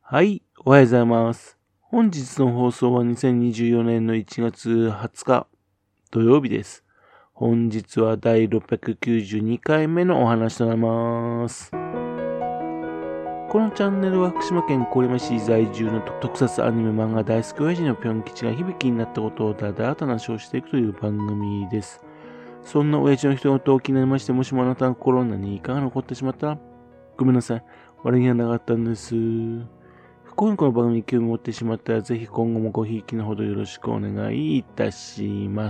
はい、おはようございます。本日の放送は2024年の1月20日土曜日です。本日は第692回目のお話となります。このチャンネルは福島県郡山市在住の特撮アニメ漫画大好き親父のぴょん吉が響きになったことをだだと話をしていくという番組です。そんな親父の一言を気になりまして、もしもあなたの心に何かが残ってしまったら、ごめんなさい。悪気はなかったんです。この番組に興味を持ってしまったら、ぜひ今後もごひいきのほどよろしくお願いいたします。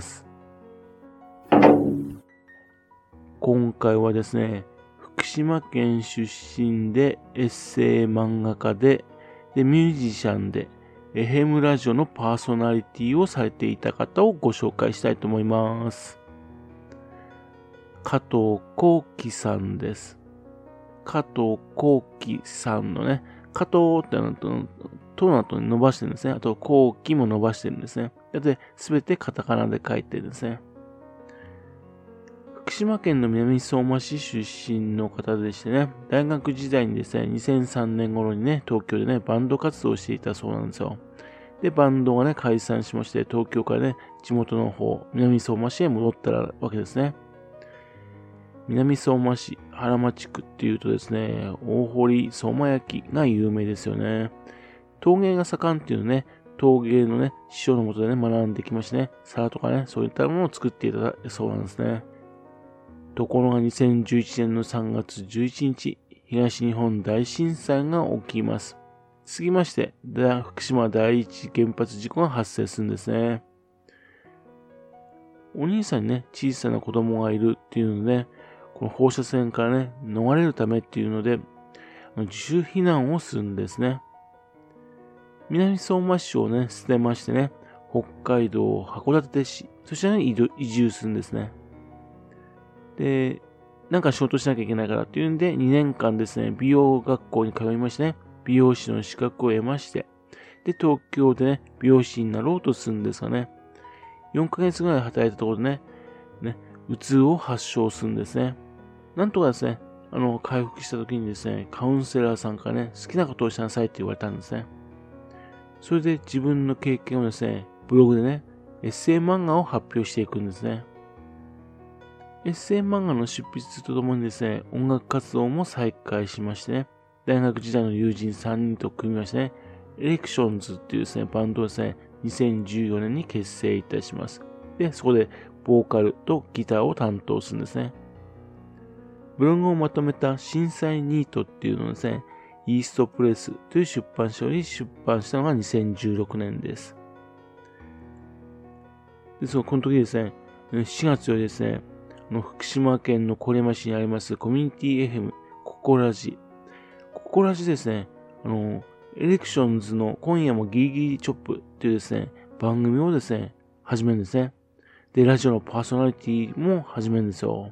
今回はですね、福島県出身でエッセイ漫画家でミュージシャンで、FM ラジオのパーソナリティをされていた方をご紹介したいと思います。加藤幸喜さんです。加藤幸喜さんのね、加藤ってとの後に伸ばしてるんですね。あと、後期も伸ばしてるんですね。で、すべてカタカナで書いてるんですね。福島県の南相馬市出身の方でしてね、大学時代にですね、2003年頃にね、東京でね、バンド活動をしていたそうなんですよ。で、バンドがね、解散しまして、東京からね、地元の方、南相馬市へ戻ったわけですね。南相馬市原町区っていうとですね、大堀相馬焼が有名ですよね。陶芸が盛んっていうね、陶芸のね、師匠のもとでね、学んできましてね、皿とかね、そういったものを作っていたそうなんですね。ところが2011年の3月11日、東日本大震災が起きます。過ぎまして、福島第一原発事故が発生するんですね。お兄さんにね、小さな子供がいるっていうので、この放射線からね、逃れるためっていうので、自主避難をするんですね。南相馬市をね、捨てましてね、北海道函館市、そしてね、移住するんですね。で、なんか仕事しなきゃいけないからっていうんで、2年間ですね、美容学校に通いましてね、美容師の資格を得まして、で、東京でね、美容師になろうとするんですがね、4ヶ月ぐらい働いたところでね、うつを発症するんですね。なんとかですね、回復した時にですね、カウンセラーさんからね、好きなことをしなさいって言われたんですね。それで自分の経験をですね、ブログでね、エッセイ漫画を発表していくんですね。エッセイ漫画の執筆とともにですね、音楽活動も再開しましてね、大学時代の友人3人と組みましてね、エレクションズっていうですね、バンドをですね、2014年に結成いたします。で、そこでボーカルとギターを担当するんですね。ブログをまとめた震災ニートっていうのをですね、イーストプレスという出版社より出版したのが2016年です。で、この時ですね、4月よりですね、福島県の郡山市にありますコミュニティ FM ココラジですね、エレクションズの今夜もギリギリチョップっていうですね、番組をですね、始めるんですね。で、ラジオのパーソナリティも始めるんですよ。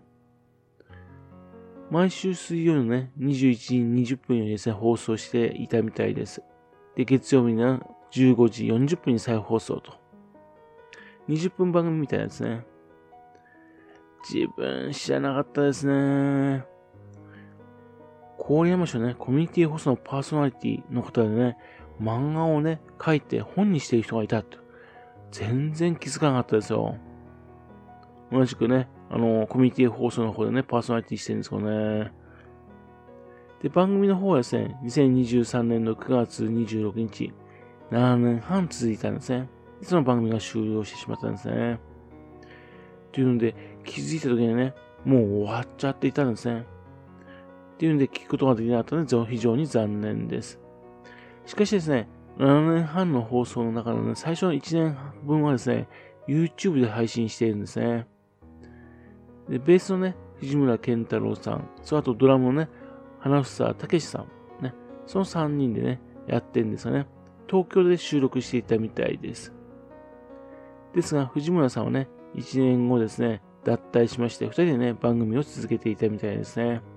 毎週水曜のね、21時20分よりですね、放送していたみたいです。で、月曜日の15時40分に再放送と。20分番組みたいなですね。自分知らなかったですね。郡山市のね、コミュニティ放送のパーソナリティの方でね、漫画をね、書いて本にしている人がいたって。全然気づかなかったですよ。同じくね、コミュニティ放送の方でね、パーソナリティしてるんですけどね。で、番組の方はですね、2023年の9月26日、7年半続いたんですね。その番組が終了してしまったんですね。というので、気づいた時にね、もう終わっちゃっていたんですね。っていうので、聞くことができなかったので、非常に残念です。しかしですね、7年半の放送の中の、ね、最初の1年分はですね、YouTube で配信しているんですね。で、ベースのね、藤村健太郎さん、その後ドラムのね、花房武さん、ね、その3人でね、やってるんですよね。東京で収録していたみたいです。ですが、藤村さんはね、1年後ですね、脱退しまして、2人でね、番組を続けていたみたいですね。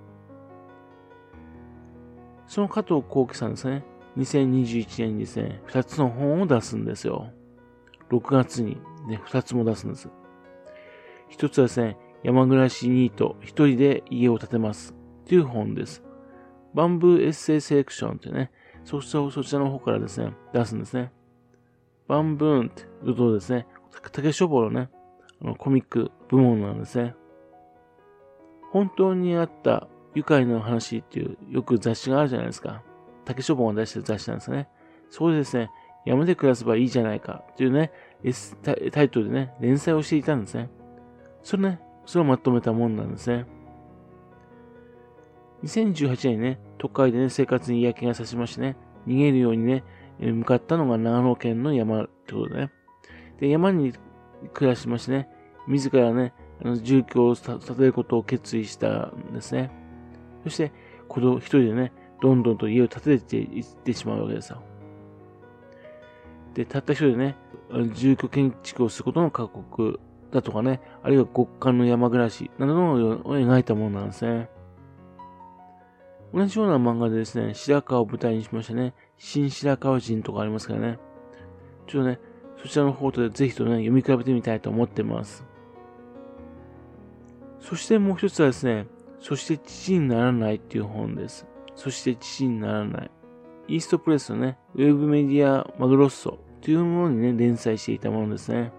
その加藤幸喜さんですね、2021年にですね、2つの本を出すんですよ。6月にね、2つも出すんです。1つはですね、山暮らしニート、一人で家を建てます。という本です。バンブーエッセイセレクションってね、 そちらの方からですね、出すんですね。バンブーンっていうとですね、竹書房のね、コミック部門なんですね。本当にあった愉快な話っていうよく雑誌があるじゃないですか。竹書房が出してる雑誌なんですね。そこでですね、山で暮らせばいいじゃないかっていうね、タイトルでね、連載をしていたんですね。それをまとめたもんなんですね。2018年にね、都会でね、生活に嫌気がさしましてね、逃げるようにね、向かったのが長野県の山ってことでね。で、山に暮らしましてね、自らね、住居を建てることを決意したんですね。そして、一人でね、どんどんと家を建てていってしまうわけですよ。で、たった一人でね、住居建築をすることの過酷だとかね、あるいは極寒の山暮らしなどを描いたものなんですね。同じような漫画でですね、白川を舞台にしましてね、新白川人とかありますからね。ちょっとね、そちらの方でぜひとね、読み比べてみたいと思ってます。そしてもう一つはですね、そして父にならないっていう本です。そして父にならない。イーストプレスのね、ウェブメディアマグロッソというものにね、連載していたものですね。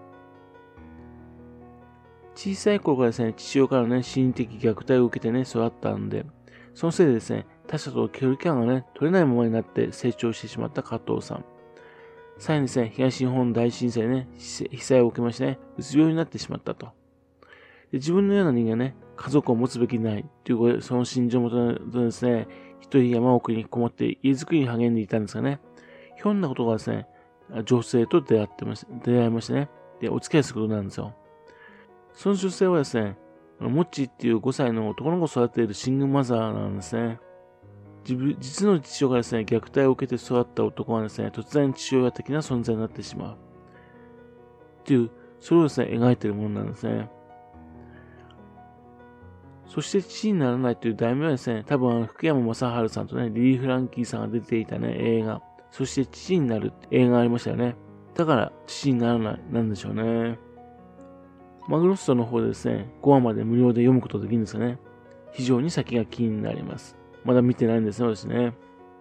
小さい頃からですね、父親からね、心理的虐待を受けてね、育ったんで、そのせいでですね、他者と距離感がね、取れないままになって成長してしまった加藤さん。さらにですね、東日本大震災でね、被災を受けましてね、うつ病になってしまったと。で自分のような人間がね、家族を持つべきないという、その心情もとですね、一人山奥にこもって家づくりに励んでいたんですがね、ひょんなことがですね、女性と出会いましてね、で、お付き合いすることなんですよ。その女性はですね、モッチーっていう5歳の男の子を育てているシングルマザーなんですね。実の父親がですね、虐待を受けて育った男はですね、突然父親的な存在になってしまう。っていう、それをですね、描いているものなんですね。そして父にならないという題名はですね、多分福山雅治さんとね、リリー・フランキーさんが出ていたね、映画。そして父になるって映画がありましたよね。だから父にならない、なんでしょうね。マグロッソの方でですね、5話まで無料で読むことができるんですよね。非常に先が気になります。まだ見てないんですね、私ね。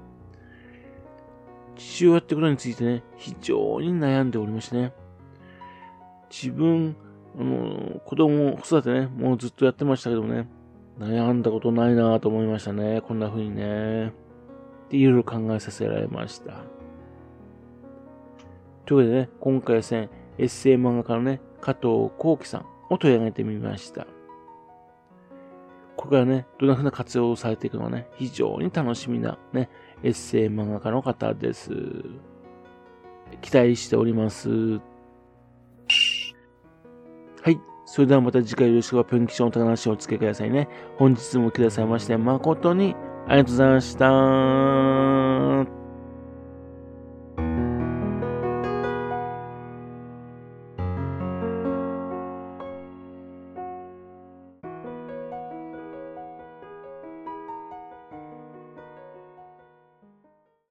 父親ってことについてね、非常に悩んでおりましてね。自分、子供、子育てね、もうずっとやってましたけどね、悩んだことないなぁと思いましたね。こんな風にね。で、いろいろ考えさせられました。というわけでね、今回はですね、エッセイ漫画家のね、加藤幸喜さんを取り上げてみました。これからね、どんな風な活用をされていくのかね、非常に楽しみなね、エッセイ漫画家の方です。期待しております。はい。それではまた次回よろしくぴょん吉のお話をお付けくださいね。本日もくださいまして誠にありがとうございました。